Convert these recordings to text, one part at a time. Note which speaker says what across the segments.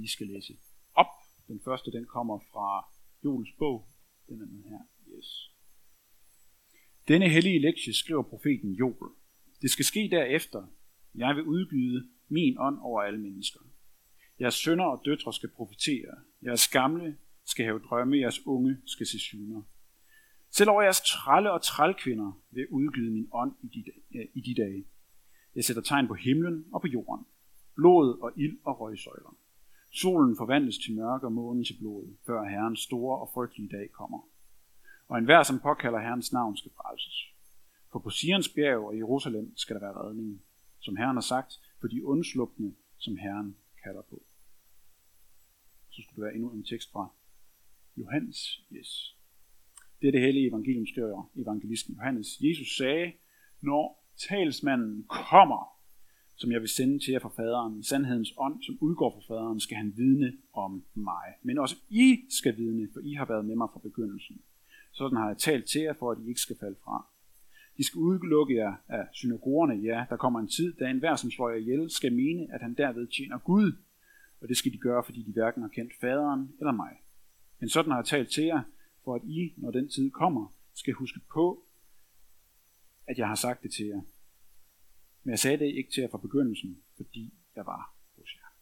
Speaker 1: lige skal læse op. Den første, den kommer fra Joels bog. Den er den her. Yes. Denne hellige lektie skriver profeten Joel. Det skal ske derefter. Jeg vil udgyde min ånd over alle mennesker. Jeres sønner og døtre skal profetere. Jeres gamle skal have drømme. Jeres unge skal se syner. Selv over jeres trælle og trælkvinder vil jeg udgyde min ånd i de dage. Jeg sætter tegn på himlen og på jorden. Blod og ild og røgsøjler. Solen forvandles til mørke og månen til blod, før Herrens store og frygtelige dag kommer. Og enhver, som påkalder Herrens navn, skal frelses. For på Sions bjerg og Jerusalem skal der være redning, som Herren har sagt, for de undslupne, som Herren kalder på. Så skulle det være endnu en tekst fra Johannes. Yes. Det er det hellige evangelium, skriver evangelisten Johannes. Jesus sagde, når talsmanden kommer, som jeg vil sende til jer fra faderen, sandhedens ånd, som udgår fra faderen, skal han vidne om mig. Men også I skal vidne, for I har været med mig fra begyndelsen. Sådan har jeg talt til jer, for at I ikke skal falde fra. De skal udelukke jer af synagogerne. Ja, der kommer en tid, da enhver, som slår jer ihjel, skal mene, at han derved tjener Gud. Og det skal de gøre, fordi de hverken har kendt faderen eller mig. Men sådan har jeg talt til jer, for at I, når den tid kommer, skal huske på, at jeg har sagt det til jer. Men jeg sagde det ikke til jer fra begyndelsen, fordi jeg var hos jer.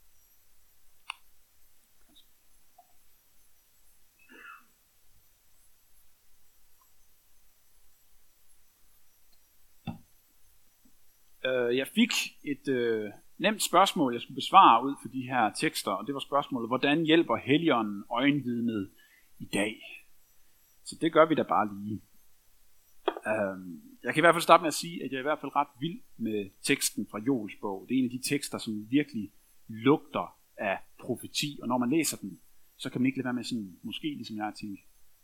Speaker 1: Jeg fik et nemt spørgsmål, jeg skulle besvare ud for de her tekster, og det var spørgsmålet, hvordan hjælper Helligånden øjenvidnet i dag? Så det gør vi da bare lige. Jeg kan i hvert fald starte med at sige, at jeg er i hvert fald ret vild med teksten fra Joels bog. Det er en af de tekster, som virkelig lugter af profeti, og når man læser den, så kan man ikke lade være med sådan, måske ligesom jeg har tænkt,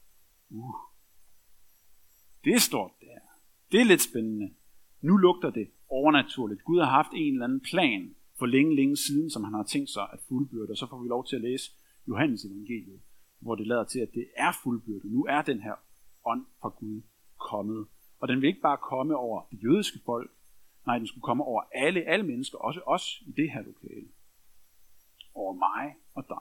Speaker 1: det er stort det her. Det er lidt spændende. Nu lugter det overnaturligt. Gud har haft en eller anden plan for længe siden, som han har tænkt sig at fuldbyrde, og så får vi lov til at læse Johannes evangeliet, hvor det lader til, at det er fuldbyrdet. Nu er den her ånd fra Gud kommet. Og den vil ikke bare komme over det jødiske folk. Nej, den skulle komme over alle mennesker, også os i det her lokale. Over mig og dig.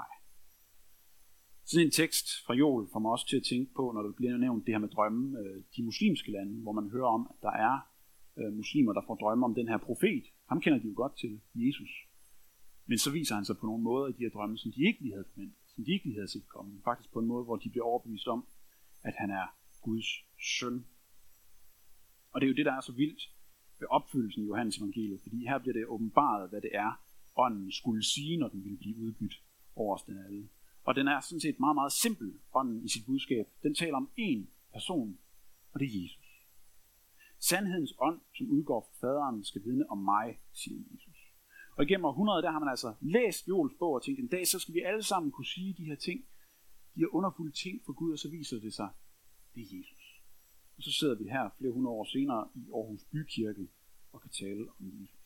Speaker 1: Sådan en tekst fra Joel får mig også til at tænke på, når der bliver nævnt det her med drømme, de muslimske lande, hvor man hører om, at der er muslimer, der får drømme om den her profet. Ham kender de jo godt til, Jesus. Men så viser han sig på nogle måder i de her drømme, som de ikke lige havde forventet, som de ikke lige havde set komme. Faktisk på en måde, hvor de bliver overbevist om, at han er Guds søn. Og det er jo det, der er så vildt ved opfyldelsen i Johannes evangeliet, fordi her bliver det åbenbaret, hvad det er, ånden skulle sige, når den ville blive udgydt over os den alle. Og den er sådan set meget, meget simpel, ånden i sit budskab. Den taler om én person, og det er Jesus. Sandhedens ånd, som udgår fra faderen, skal vidne om mig, siger Jesus. Og igennem århundreder, der har man altså læst Joels bog og tænkt, en dag så skal vi alle sammen kunne sige de her ting, de her underfulde ting for Gud, og så viser det sig, det er Jesus. Og så sidder vi her flere hundrede år senere i Aarhus Bykirke og kan tale om Jesus.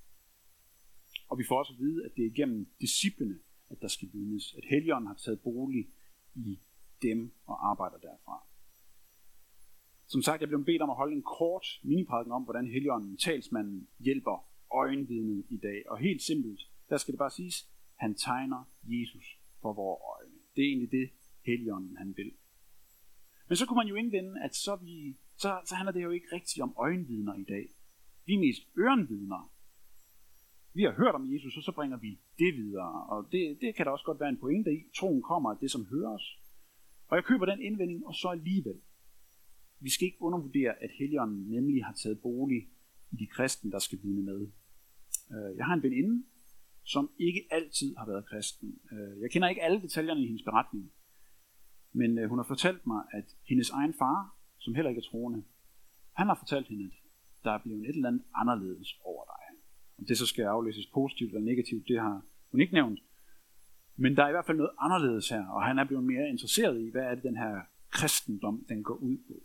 Speaker 1: Og vi får også at vide, at det er igennem disciplene, at der skal vidnes, at Helligånden har taget bolig i dem og arbejder derfra. Som sagt, jeg blev bedt om at holde en kort miniprædiken om, hvordan Helligånden, talsmanden, hjælper øjenvidnet i dag. Og helt simpelt, der skal det bare siges, han tegner Jesus for vores øjne. Det er egentlig det, Helligånden han vil. Men så kunne man jo indvende, at så handler det jo ikke rigtigt om øjenvidner i dag. Vi er mest ørenvidner. Vi har hørt om Jesus, og så bringer vi det videre. Og det kan der også godt være en pointe i. Troen kommer af det, som høres. Og jeg køber den indvending, og så alligevel. Vi skal ikke undervurdere, at Helligånden nemlig har taget bolig i de kristne, der skal vidne med. Jeg har en veninde, som ikke altid har været kristen. Jeg kender ikke alle detaljerne i hendes beretning. Men hun har fortalt mig, at hendes egen far, som heller ikke er troende, han har fortalt hende, at der er blevet et eller andet anderledes over dig. Om det så skal aflæses positivt eller negativt, det har hun ikke nævnt. Men der er i hvert fald noget anderledes her, og han er blevet mere interesseret i, hvad er det den her kristendom, den går ud på.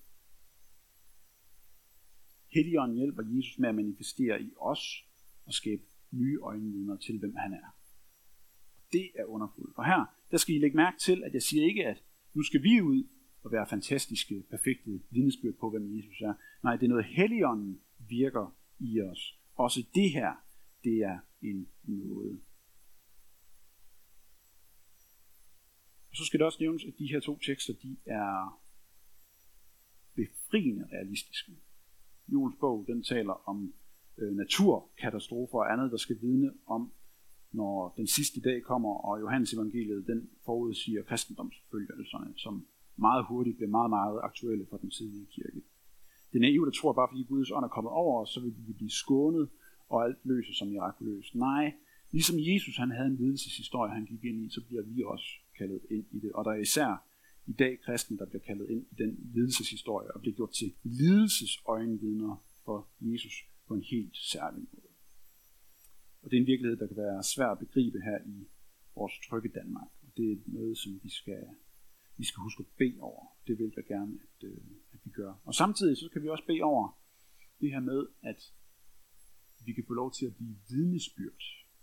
Speaker 1: Helligånden hjælper Jesus med at manifestere i os og skabe nye øjenvidner til, hvem han er. Det er underfuldt. Og her, der skal I lægge mærke til, at jeg siger ikke, at nu skal vi ud og være fantastiske, perfekte vidnesbyrd på, hvem Jesus er. Nej, det er noget, Helligånden virker i os. Også det her, det er en nåde. Og så skal det også nævnes, at de her 2 tekster, de er befriende realistiske. Joels bog, den taler om naturkatastrofer og andet, der skal vidne om, når den sidste dag kommer, og Johannes evangeliet, den forudsiger kristendomsforfølgelserne, som meget hurtigt bliver meget, meget aktuelle for den tidlige kirke. Det er naivt, der tror bare, fordi Guds ånd er kommet over os, så vil vi blive skånet, og alt løser som mirakuløst. Nej, ligesom Jesus han havde en lidelseshistorie, han gik ind i, så bliver vi også kaldet ind i det. Og der er især i dag kristne, der bliver kaldet ind i den lidelseshistorie, og bliver gjort til lidelsesøjenvidner for Jesus på en helt særlig måde. Og det er en virkelighed, der kan være svær at begribe her i vores trygge Danmark. Og det er noget, som vi skal huske at bede over. Det vil jeg gerne, at vi gør. Og samtidig så kan vi også bede over det her med, at vi kan få lov til at blive vidnesbyrd.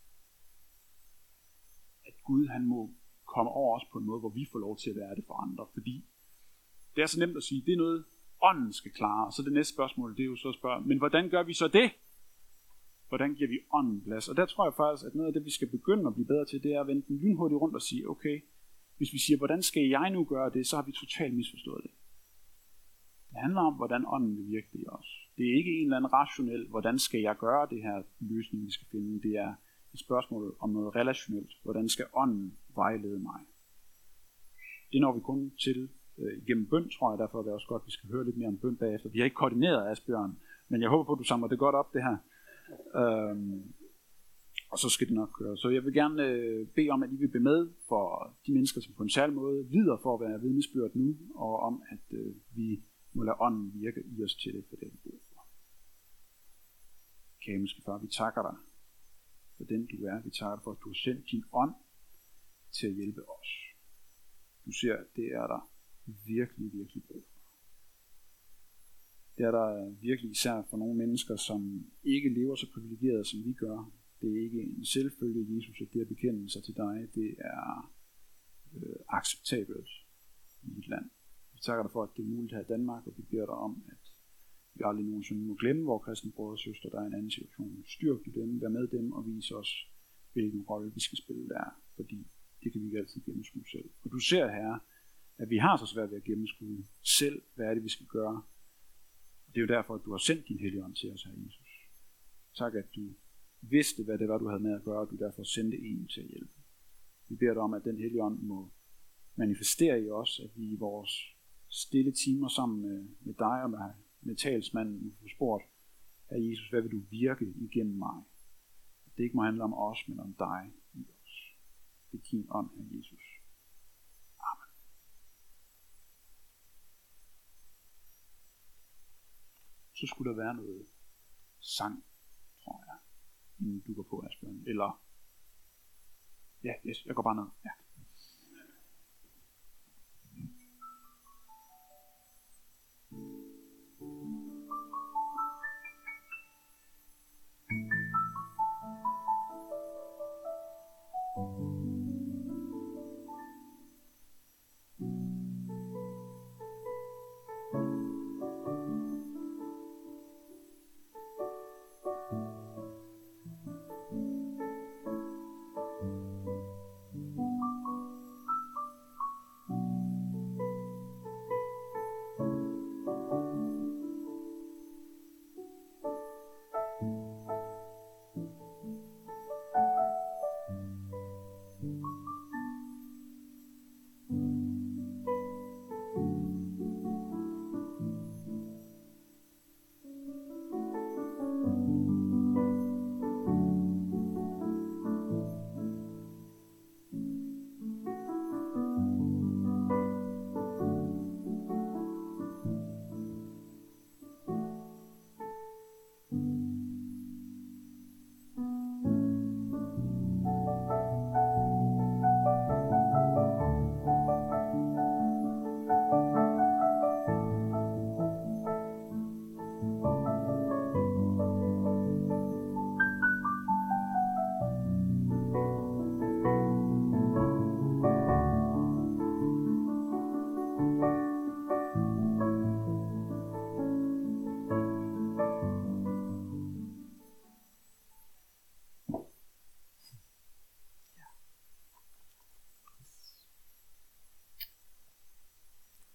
Speaker 1: At Gud han må komme over os på en måde, hvor vi får lov til at være det for andre. Fordi det er så nemt at sige, det er noget, ånden skal klare. Og så det næste spørgsmål, det er jo så at spørge, men hvordan gør vi så det? Hvordan giver vi ånden plads? Og der tror jeg faktisk, at noget af det, vi skal begynde at blive bedre til, det er at vende den lynhurtigt rundt og sige, okay, hvis vi siger, hvordan skal jeg nu gøre det, så har vi totalt misforstået det. Det handler om, hvordan ånden vil virke i os. Det er ikke en eller anden rationel, hvordan skal jeg gøre det her løsning, vi skal finde. Det er et spørgsmål om noget relationelt. Hvordan skal ånden vejlede mig? Det når vi kun til igennem bøn, tror jeg. Derfor er det også godt, at vi skal høre lidt mere om bøn bagefter. Vi har ikke koordineret, Asbjørn, men jeg håber på, at du samler det godt op, det her. Og så skal det nok køre. Så jeg vil gerne bede om, at I vil bede med for de mennesker, som på en særlig måde lider for at være vidnesbyrd nu, og om, at vi må lade ånden virke i os til det, for det vi brug for. Kære himmelske Far, vi takker dig for den du er. Vi takker dig for, at du har sendt din ånd til at hjælpe os. Du ser, at det er der virkelig, virkelig brug for. Det er der virkelig især for nogle mennesker, som ikke lever så privilegeret, som vi gør. Det er ikke en selvfølge, Jesus, at det at bekende sig til dig, det er acceptabelt i et land. Vi takker dig for, at det er muligt her i Danmark, og vi beder dig om, at vi aldrig nogensinde må glemme vores kristne brødre og søstre, der er en anden situation. Styrk du dem, vær med dem og vis os, hvilken rolle vi skal spille der, fordi det kan vi ikke altid gennemskue selv. Og du ser her, at vi har så svært ved at gennemskue selv, hvad er det, vi skal gøre. Og det er jo derfor, at du har sendt din Helligånd til os her, Jesus. Tak, at du vidste, hvad det var, du havde med at gøre, og du derfor sendte en til at hjælpe. Vi beder dig om, at den Helligånd må manifestere i os, at vi i vores stille timer sammen med dig og med talsmanden må få spurgt, Herre Jesus, hvad vil du virke igennem mig? At det ikke må handle om os, men om dig i os. Det er din ånd, Herre Jesus. Amen. Så skulle der være noget sang, tror jeg, inden du går på, Asbjørn. Eller, ja, yes, jeg går bare ned. Ja.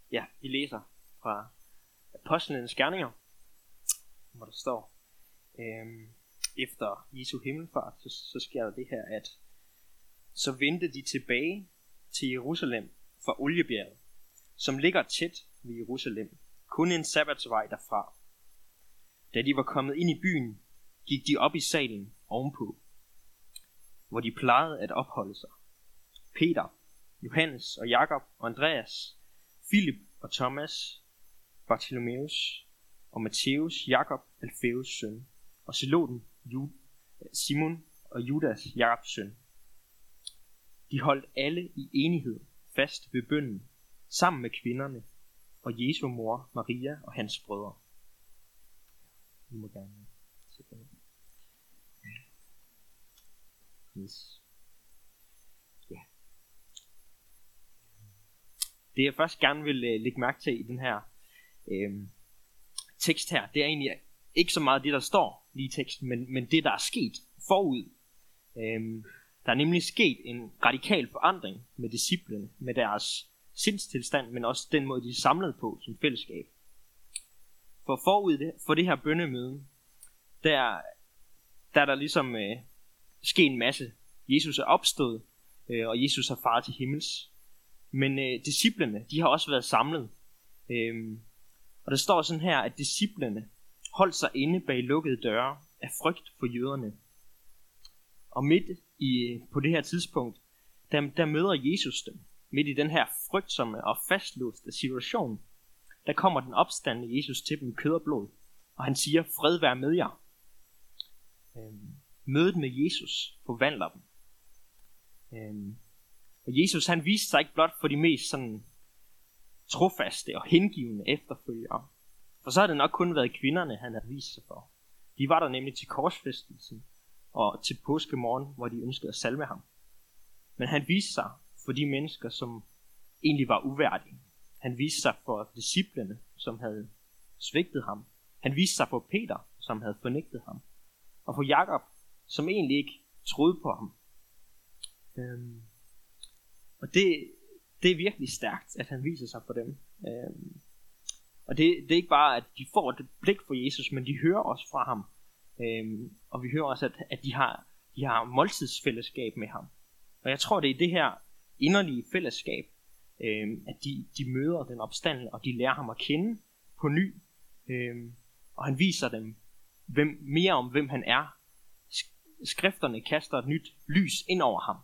Speaker 2: Ja, vi læser fra Apostlenes Gerninger, hvor der står, efter Jesu himmelfart, så sker der det her, at så vendte de tilbage til Jerusalem fra Oliebjerget, som ligger tæt ved Jerusalem, kun en sabbatsvej derfra. Da de var kommet ind i byen, gik de op i salen ovenpå, hvor de plejede at opholde sig. Peter, Johannes og Jakob og Andreas, Filip og Thomas, Bartholomeus og Matthæus, Jakob, Alfæus søn, og Zeloten, Simon og Judas, Jakobs søn. De holdt alle i enighed fast ved bønnen, sammen med kvinderne og Jesu mor Maria og hans brødre. Vi må gerne sætte den. Yes. Ja. Det jeg først gerne vil lægge mærke til i den her tekst her, det er egentlig ikke så meget det der står lige i teksten, men det der er sket forud. Der er nemlig sket en radikal forandring med disciplene, med deres sindstilstand, men også den måde de er samlet på som fællesskab. For forud for det her bønnemøde, der er der ligesom sket en masse. Jesus er opstået, og Jesus er faret til himmels. Men disciplene, de har også været samlet. Og der står sådan her, at disciplene holdt sig inde bag lukkede døre af frygt for jøderne. Og midt på det her tidspunkt, der møder Jesus dem. Midt i den her frygtsomme og fastlåste situation, der kommer den opstandne Jesus til dem i kød og blod. Og han siger, fred være med jer. Mødet med Jesus forvandler dem. Og Jesus han viste sig ikke blot for de mest sådan trofaste og hengivende efterfølgere. For så har det nok kun været kvinderne, han havde vist sig for. De var der nemlig til korsfæstelsen og til påskemorgen, hvor de ønskede at salve ham. Men han viste sig for de mennesker, som egentlig var uværdige. Han viste sig for disciplene, som havde svigtet ham. Han viste sig for Peter, som havde fornægtet ham. Og for Jakob, som egentlig ikke troede på ham. Og det er virkelig stærkt, at han viser sig for dem. Og det er ikke bare, at de får et blik for Jesus, men de hører også fra ham. Og vi hører også, at de har måltidsfællesskab med ham. Og jeg tror, det er det her inderlige fællesskab, at de møder den opstandne, og de lærer ham at kende på ny. Og han viser dem mere om, hvem han er. Skrifterne kaster et nyt lys ind over ham.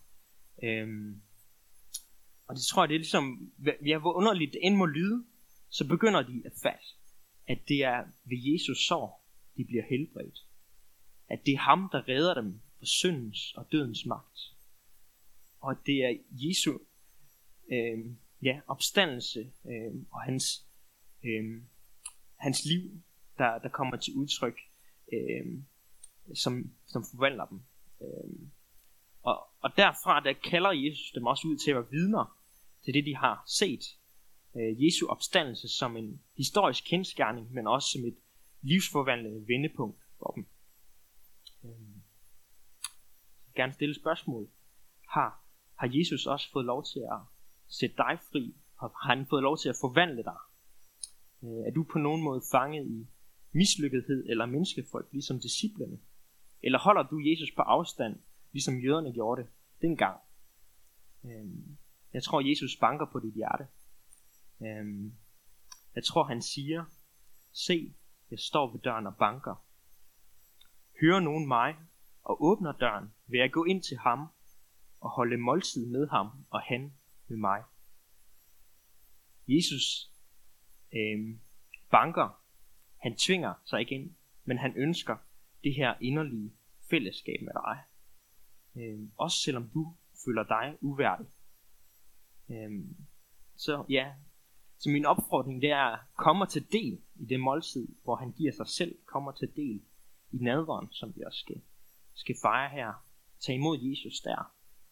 Speaker 2: Og det tror jeg, det er ligesom, hvor underligt det end må lyde, så begynder de at fatte, at det er ved Jesus sår, de bliver helbredt. At det er ham, der redder dem fra syndens og dødens magt. Og at det er Jesu opstandelse og hans liv, der kommer til udtryk, som forvandler dem. Og derfra der kalder Jesus dem også ud til at være vidner til det, de har set. Jesu opstandelse som en historisk kendsgerning, men også som et livsforvandlende vendepunkt for dem. Jeg vil gerne stille spørgsmål. Har Jesus også fået lov til at sætte dig fri? Har han fået lov til at forvandle dig? Er du på nogen måde fanget i mislykkethed eller menneskefrygt, ligesom disciplene? Eller holder du Jesus på afstand, ligesom jøderne gjorde det dengang? Jeg tror, Jesus banker på dit hjerte. Jeg tror, han siger, se, jeg står ved døren og banker. Hører nogen mig og åbner døren, vil jeg gå ind til ham og holde måltid med ham og han med mig. Jesus banker. Han tvinger sig ikke ind, men han ønsker det her inderlige fællesskab med dig. Også selvom du føler dig uværdig. Så min opfordring, det er at komme til del i det måltid, hvor han giver sig selv, kommer til del i nadveren, som vi også skal fejre her. Tag imod Jesus der.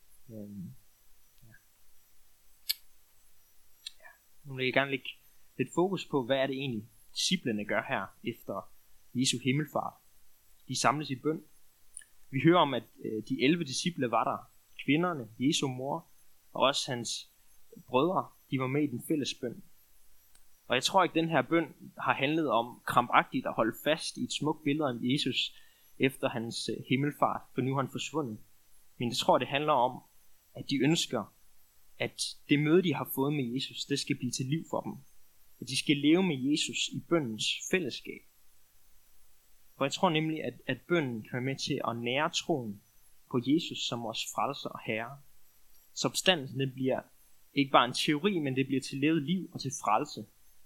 Speaker 2: Nu vil jeg gerne lægge lidt fokus på, hvad er det egentlig disciplene gør her efter Jesu himmelfart. De samles i bøn. Vi hører om, at de 11 disciple var der. Kvinderne, Jesu mor og også hans brødre, de var med i den fælles bøn. Og jeg tror ikke, den her bøn har handlet om krampagtigt at holde fast i et smukt billede af Jesus efter hans himmelfart, for nu er han forsvundet. Men jeg tror, det handler om, at de ønsker, at det møde, de har fået med Jesus, det skal blive til liv for dem. At de skal leve med Jesus i bønnens fællesskab. For jeg tror nemlig, at bønnen kan være med til at nære troen på Jesus som vores frelser og herre. Substansen, det bliver ikke bare en teori, men det bliver til levet liv og til frelse.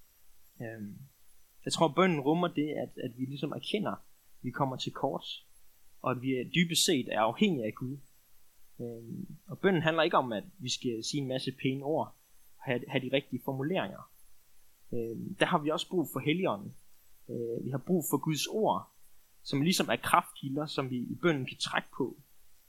Speaker 2: Jeg tror, bønnen rummer det, at vi ligesom erkender, at vi kommer til kort, og at vi dybest set er afhængige af Gud. Og bønnen handler ikke om, at vi skal sige en masse pæne ord og have de rigtige formuleringer. Der har vi også brug for Helligånden. Vi har brug for Guds ord, som ligesom er kraftkilder, som vi i bønnen kan trække på.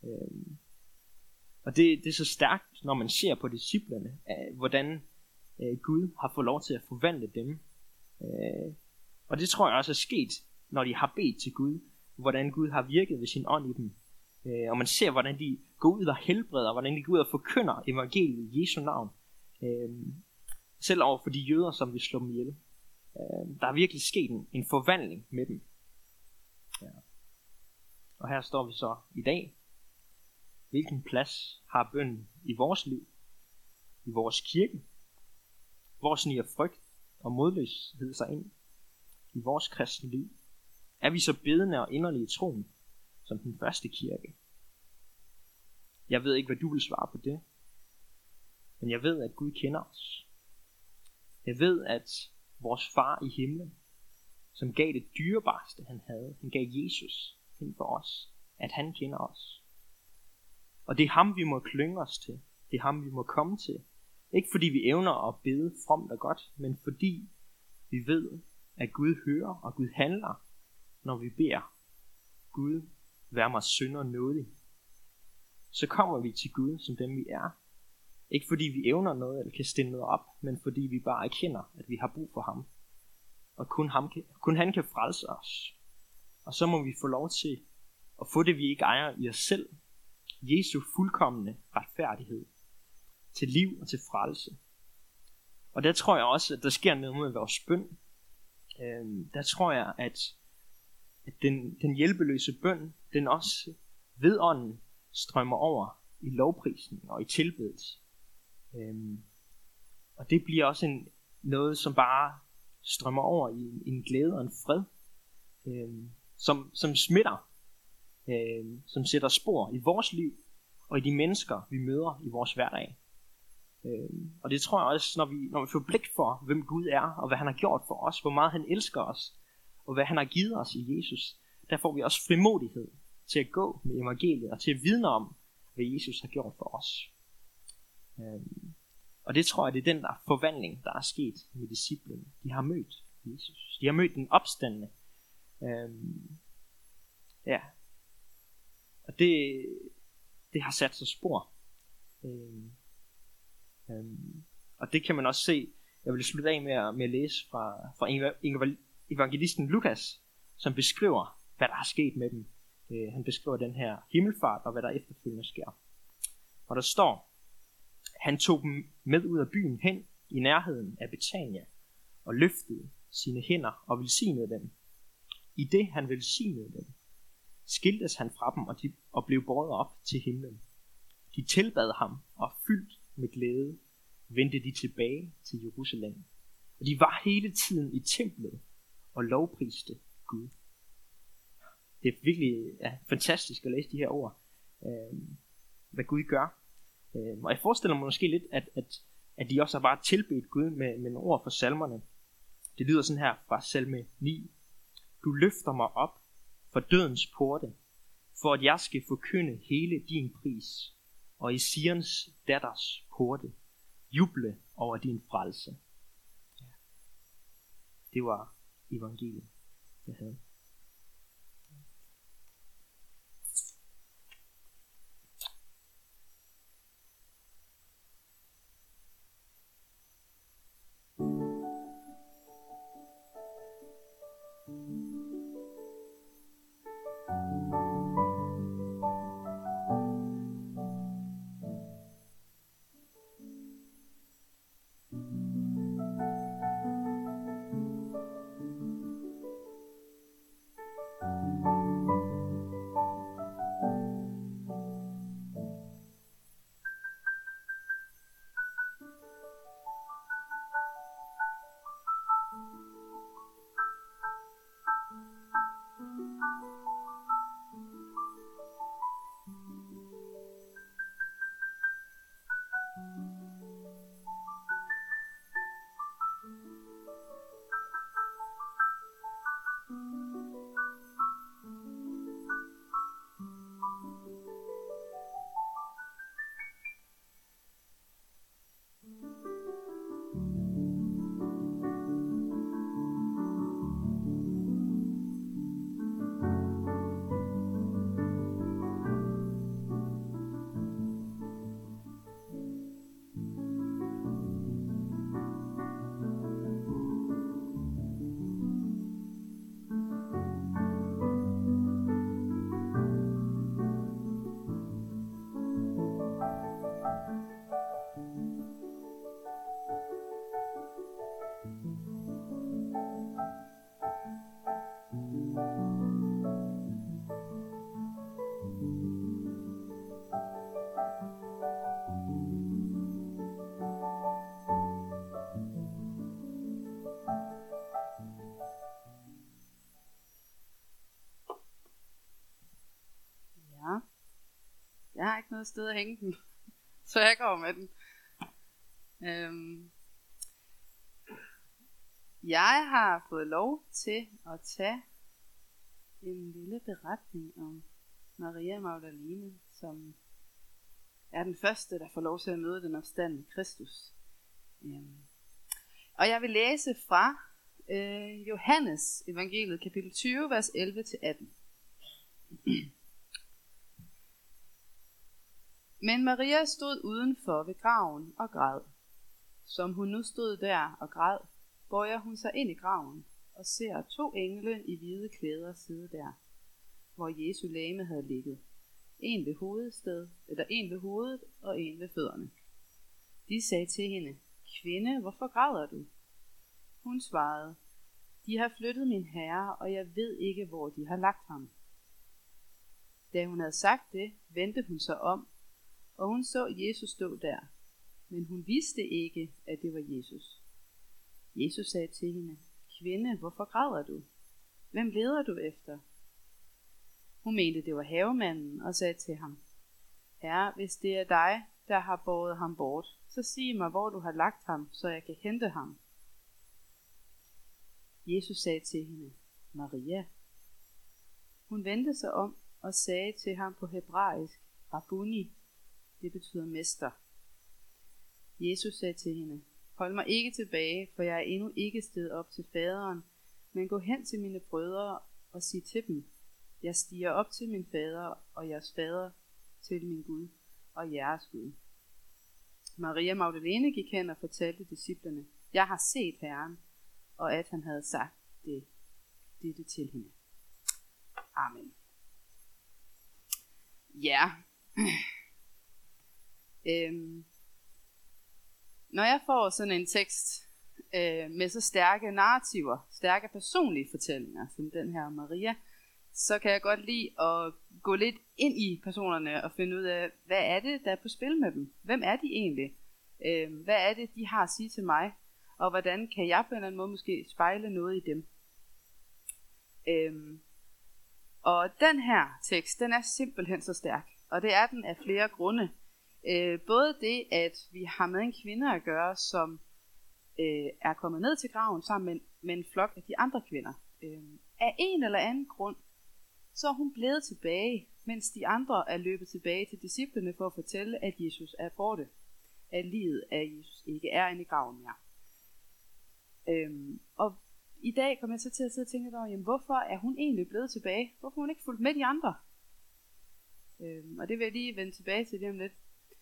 Speaker 2: Og det er så stærkt, når man ser på disciplerne, hvordan Gud har fået lov til at forvandle dem. Og det tror jeg også er sket, når de har bedt til Gud, hvordan Gud har virket ved sin ånd i dem. Og man ser, hvordan de går ud og helbreder, hvordan de går ud og forkynder evangeliet i Jesu navn. Selv over for de jøder, som vil slå dem ihjel. Der er virkelig sket en forvandling med dem. Ja. Og her står vi så i dag. Hvilken plads har bønnen i vores liv? I vores kirke? Hvor sniger frygt og modløshed sig ind? I vores kristne liv? Er vi så bedende og inderlige i troen, som den første kirke? Jeg ved ikke, hvad du vil svare på det. Men jeg ved, at Gud kender os. Jeg ved, at vores far i himlen, som gav det dyrebarste, han havde, han gav Jesus hen for os, at han kender os. Og det er ham, vi må klynge os til. Det er ham, vi må komme til. Ikke fordi vi evner at bede fromt og godt, men fordi vi ved, at Gud hører og Gud handler, når vi beder. Gud, vær mig synder nådig. Så kommer vi til Gud som dem vi er. Ikke fordi vi evner noget eller kan stille noget op, men fordi vi bare erkender, at vi har brug for ham. Og kun han kan frelse os. Og så må vi få lov til at få det, vi ikke ejer i os selv. Jesu fuldkomne retfærdighed. Til liv og til frelse. Og der tror jeg også, at der sker noget med vores bøn. Der tror jeg, at den hjælpeløse bøn, den også ved ånden strømmer over i lovprisning og i tilbedelse. Og det bliver også noget, som bare strømmer over i en glæde og en fred, som smitter, som sætter spor i vores liv og i de mennesker, vi møder i vores hverdag. Og det tror jeg også, når vi får blik for, hvem Gud er, og hvad han har gjort for os, hvor meget han elsker os, og hvad han har givet os i Jesus, der får vi også frimodighed til at gå med evangeliet, og til at vidne om, hvad Jesus har gjort for os. Og det tror jeg, det er den der forvandling, der er sket med disciplene. De har mødt Jesus. De har mødt den opstandne. Ja. Og det har sat sig spor. Og det kan man også se. Jeg vil slutte af med at læse fra evangelisten Lukas, som beskriver, hvad der er sket med dem. Han beskriver den her himmelfart, og hvad der efterfølgende sker. Og der står, han tog dem med ud af byen hen i nærheden af Betania, og løftede sine hænder og velsignede dem. I det han velsignede dem, skiltes han fra dem, og blev båret op til himlen. De tilbad ham, og fyldt med glæde vendte de tilbage til Jerusalem. Og de var hele tiden i templet og lovpriste Gud. Det er virkelig fantastisk at læse de her ord, hvad Gud gør. Og jeg forestiller mig måske lidt, at de også har bare tilbedt Gud med nogle ord fra salmerne. Det lyder sådan her fra salme 9. Du løfter mig op for dødens porte, for at jeg skal forkynde hele din pris, og i Sions datters porte juble over din frelse. Det var evangeliet, jeg havde.
Speaker 3: ikke noget sted at hænge den. Så jeg går med den. Jeg har fået lov til at tage en lille beretning om Maria Magdalene, som er den første, der får lov til at møde den opstandne Kristus. Og jeg vil læse fra Johannes evangeliet, kapitel 20, vers 11-18. Men Maria stod udenfor ved graven og græd. Som hun nu stod der og græd, bøjer hun sig ind i graven og ser 2 engle i hvide klæder sidde der, hvor Jesu legeme havde ligget. En ved hovedet og en ved fødderne. De sagde til hende, kvinde, hvorfor græder du? Hun svarede, de har flyttet min herre, og jeg ved ikke, hvor de har lagt ham. Da hun havde sagt det, vendte hun sig om, og hun så Jesus stå der, men hun vidste ikke, at det var Jesus. Jesus sagde til hende, kvinde, hvorfor græder du? Hvem leder du efter? Hun mente, det var havemanden, og sagde til ham, herre, hvis det er dig, der har båret ham bort, så sig mig, hvor du har lagt ham, så jeg kan hente ham. Jesus sagde til hende, Maria. Hun vendte sig om og sagde til ham på hebraisk, Rabbuni, det betyder mester. Jesus sagde til hende, hold mig ikke tilbage, for jeg er endnu ikke steget op til faderen, men gå hen til mine brødre og sig til dem, jeg stiger op til min fader og jeres fader, til min Gud og jeres Gud. Maria Magdalene gik hen og fortalte disciplene, jeg har set Herren, og at han havde sagt dette til hende. Amen. Ja. Når jeg får sådan en tekst med så stærke narrativer, stærke personlige fortællinger, som den her Maria, så kan jeg godt lide at gå lidt ind i personerne og finde ud af, hvad er det, der er på spil med dem? Hvem er de egentlig? Hvad er det, de har at sige til mig? Og hvordan kan jeg på en eller anden måde måske spejle noget i dem? Og den her tekst, den er simpelthen så stærk. Og det er den af flere grunde. Både det, at vi har med en kvinde at gøre, som er kommet ned til graven sammen med en flok af de andre kvinder. Af en eller anden grund, så er hun blevet tilbage, mens de andre er løbet tilbage til disciplene for at fortælle, at Jesus er borte. At livet af Jesus ikke er inde i graven mere. Og i dag kommer jeg så til at sidde og tænke over, jamen, hvorfor er hun egentlig blevet tilbage? Hvorfor har hun ikke fulgt med de andre? Og det vil jeg lige vende tilbage til lige om lidt.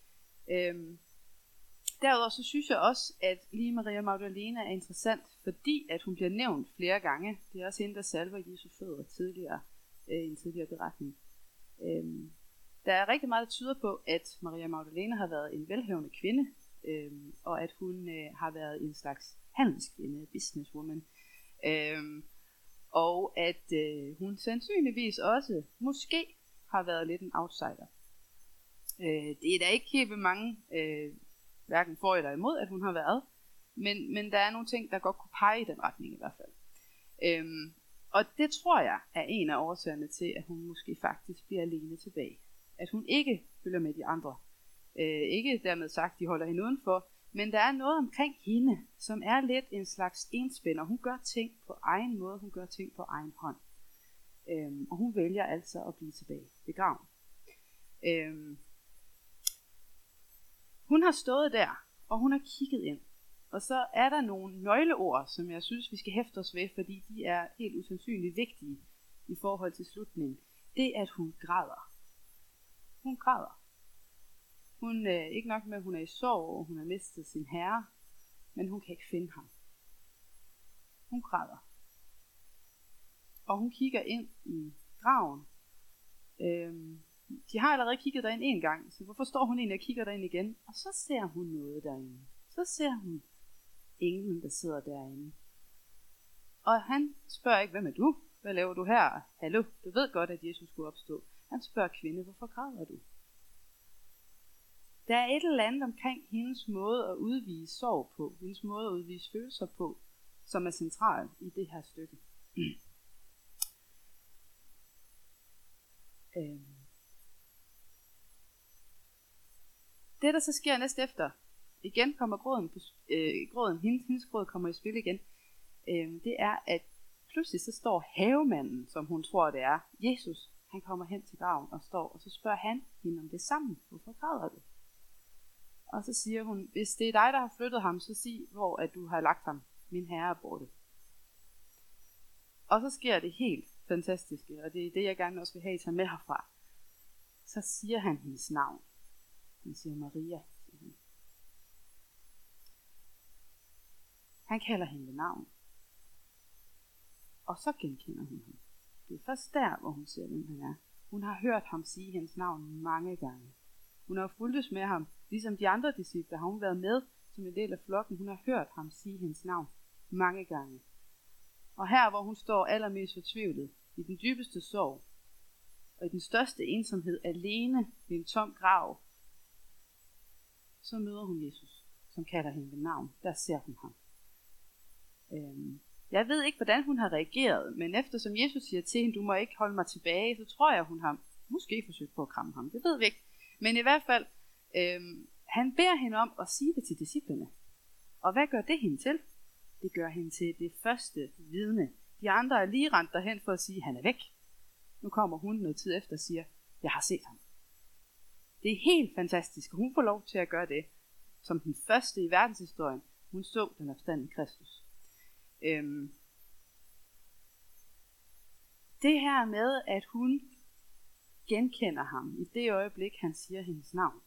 Speaker 3: Derudover så synes jeg også, at lige Maria Magdalene er interessant, fordi at hun bliver nævnt flere gange. Det er også hende, der salver Jesus fødder tidligere, i en tidligere beretning. Der er rigtig meget, der tyder på, at Maria Magdalene har været en velhavende kvinde, og at hun har været en slags handelskvinde, businesswoman, og at hun sandsynligvis også måske har været lidt en outsider. Det er da ikke helt mange, hverken for eller imod, at hun har været, men der er nogle ting, der godt kunne pege i den retning i hvert fald. Og det tror jeg er en af årsagerne til, at hun måske faktisk bliver alene tilbage. At hun ikke følger med de andre. Ikke dermed sagt, de holder hende udenfor, men der er noget omkring hende, som er lidt en slags enspænder. Hun gør ting på egen måde, hun gør ting på egen hånd. Og hun vælger altså at blive tilbage ved graven. Hun har stået der, og hun har kigget ind. Og så er der nogle nøgleord, som jeg synes, vi skal hæfte os ved, fordi de er helt usandsynligt vigtige i forhold til slutningen. Det er, at hun græder. Hun græder. Hun er ikke nok med, at hun er i sorg, og hun har mistet sin herre, men hun kan ikke finde ham. Hun græder. Og hun kigger ind i graven. De har allerede kigget derind en gang, så hvorfor står hun egentlig og kigger derind igen? Og så ser hun noget derinde. Så ser hun englen, der sidder derinde. Og han spørger ikke, hvem er du? Hvad laver du her? Hallo, du ved godt, at Jesus skulle opstå. Han spørger kvinde, hvorfor græder du? Der er et eller andet omkring hendes måde at udvise sorg på, hendes måde at udvise følelser på, som er central i det her stykke. Det, der så sker næste efter, igen kommer gråden, hendes gråd kommer i spil igen, det er, at pludselig så står havemanden, som hun tror det er, Jesus, han kommer hen til graven og står, og så spørger han hende om det samme. Hvorfor græder du? Og så siger hun, hvis det er dig, der har flyttet ham, så sig, hvor at du har lagt ham. Min herre er borte. Og så sker det helt fantastiske, og det er det, jeg gerne også vil have, I tager med herfra. Så siger han hendes navn. Han siger Maria. Siger han. Han kalder hende ved navn. Og så genkender hun ham. Det er først der, hvor hun ser, hvem han er. Hun har hørt ham sige hendes navn mange gange. Hun har fulgtes med ham, ligesom de andre disciple har hun været med som en del af flokken. Hun har hørt ham sige hendes navn mange gange. Og her, hvor hun står allermest fortvivlet, i den dybeste sorg, og i den største ensomhed, alene ved en tom grav, så møder hun Jesus, som kalder hende ved navn. Der ser hun ham. Jeg ved ikke, hvordan hun har reageret, men eftersom Jesus siger til hende, du må ikke holde mig tilbage, så tror jeg, hun har måske forsøgt på at kramme ham. Det ved vi ikke. Men i hvert fald, han beder hende om at sige det til disciplene. Og hvad gør det hende til? Det gør hende til det første vidne. De andre er lige rendt derhen for at sige, han er væk. Nu kommer hun noget tid efter og siger, jeg har set ham. Det er helt fantastisk. Hun får lov til at gøre det, som den første i verdenshistorien. Hun så den opstandne Kristus. Det her med, at hun genkender ham i det øjeblik, han siger hendes navn.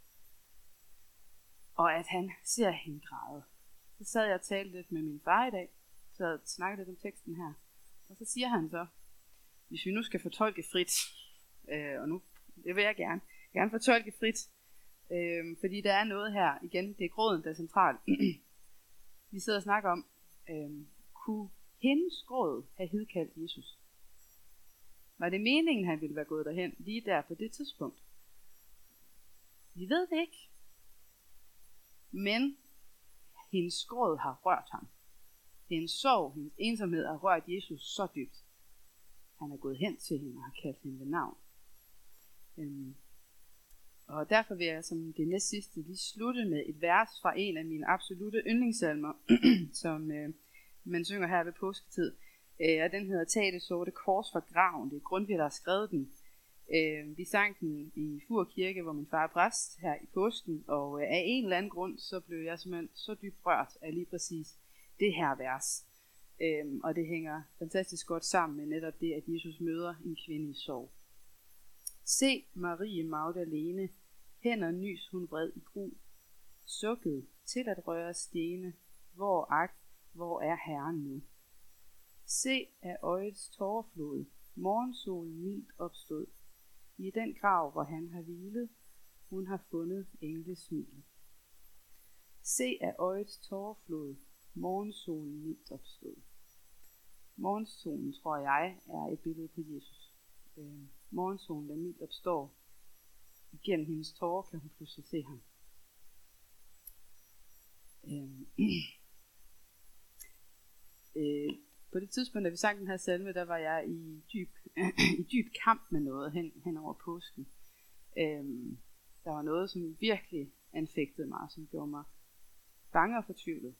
Speaker 3: Og at han ser hende græde. Så sad jeg og talte lidt med min far i dag, så jeg snakkede lidt om teksten her. Og så siger han så, hvis vi nu skal fortolke frit, og nu, det vil jeg gerne fortolke frit, fordi der er noget her, igen, det er gråden, der er centralt. Vi sidder og snakker om, kunne hendes gråd have hidkaldt Jesus? Var det meningen, han ville være gået derhen lige der på det tidspunkt? Vi ved det ikke. Men hendes gråd har rørt ham. Hendes sorg, hendes ensomhed har rørt Jesus så dybt. Han er gået hen til hende og har kaldt hende ved navn. Og derfor vil jeg som det næst sidste lige slutte med et vers fra en af mine absolutte yndlingssalmer, som man synger her ved påsketid. Og den hedder Tag det sorte kors fra graven. Det er Grundtvig, der har skrevet den. Vi sang den i Fur Kirke, hvor min far er præst her i påsken, og af en eller anden grund, så blev jeg simpelthen så dybt rørt af lige præcis det her vers. Og det hænger fantastisk godt sammen med netop det, at Jesus møder en kvinde i sorg. Se Marie Magdalene, hænder nys hun vred i gru, sukket til at røre stene, hvor er Herren nu? Se af øjets tårerflod, morgensolen mildt opstod, i den grav, hvor han har hvilet, hun har fundet engles smil. Se af øjets tårerflod, morgensolen mildt opstod. Morgensolen, tror jeg, er et billede på Jesus. Morgensolen, der mildt opstår, igennem hendes tårer kan hun pludselig se ham. På det tidspunkt, da vi sang den her salme, der var jeg i dyb kamp med noget hen over påsken. Der var noget, som virkelig anfægtede mig, som gjorde mig bange og fortvivlet.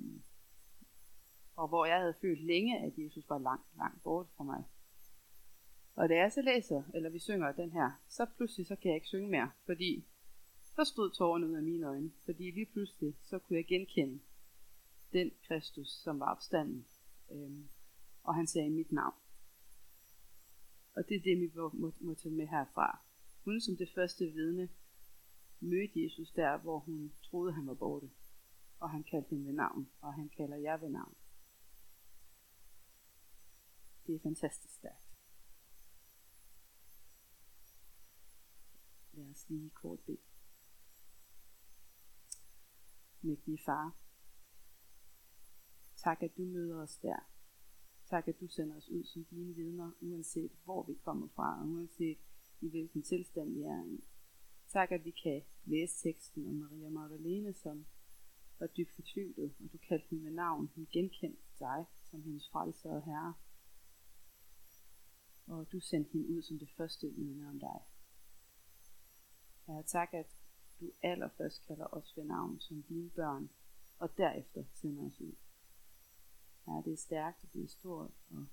Speaker 3: Og hvor jeg havde følt længe, at Jesus var langt bort fra mig. Og da jeg så læser, eller vi synger den her, så pludselig så kan jeg ikke synge mere, fordi så stod tårerne ud af mine øjne. Fordi lige pludselig, så kunne jeg genkende den Kristus, som var opstanden. Og han sagde mit navn. Og det er det, vi må tage med herfra. Hun som det første vidne mødte Jesus der, hvor hun troede, han var borte. Og han kaldte hende ved navn, og han kalder jer ved navn. Det er fantastisk stærkt. Lad os lige kort bede. Mægtige far, tak at du møder os der. Tak at du sender os ud som dine vidner, uanset hvor vi kommer fra, og uanset i hvilken tilstand vi er i. Tak at vi kan læse teksten om Maria Magdalene, som var dybt fortvivlet, og du kaldte hende med navn. Hun genkendte dig som hendes frelser og herre. Og du sendte hende ud som det første vidne om dig. Ja, tak at du allerførst kalder os ved navn som dine børn, og derefter sender os ud. Herre, det er stærkt, og det er stort, og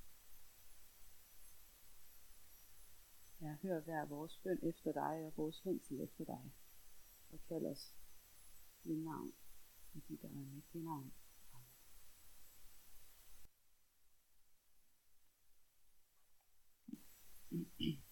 Speaker 3: jeg hører hver vores bøn efter dig, og vores længsel efter dig, og kald os ved navn, i dit mægtige navn. Amen.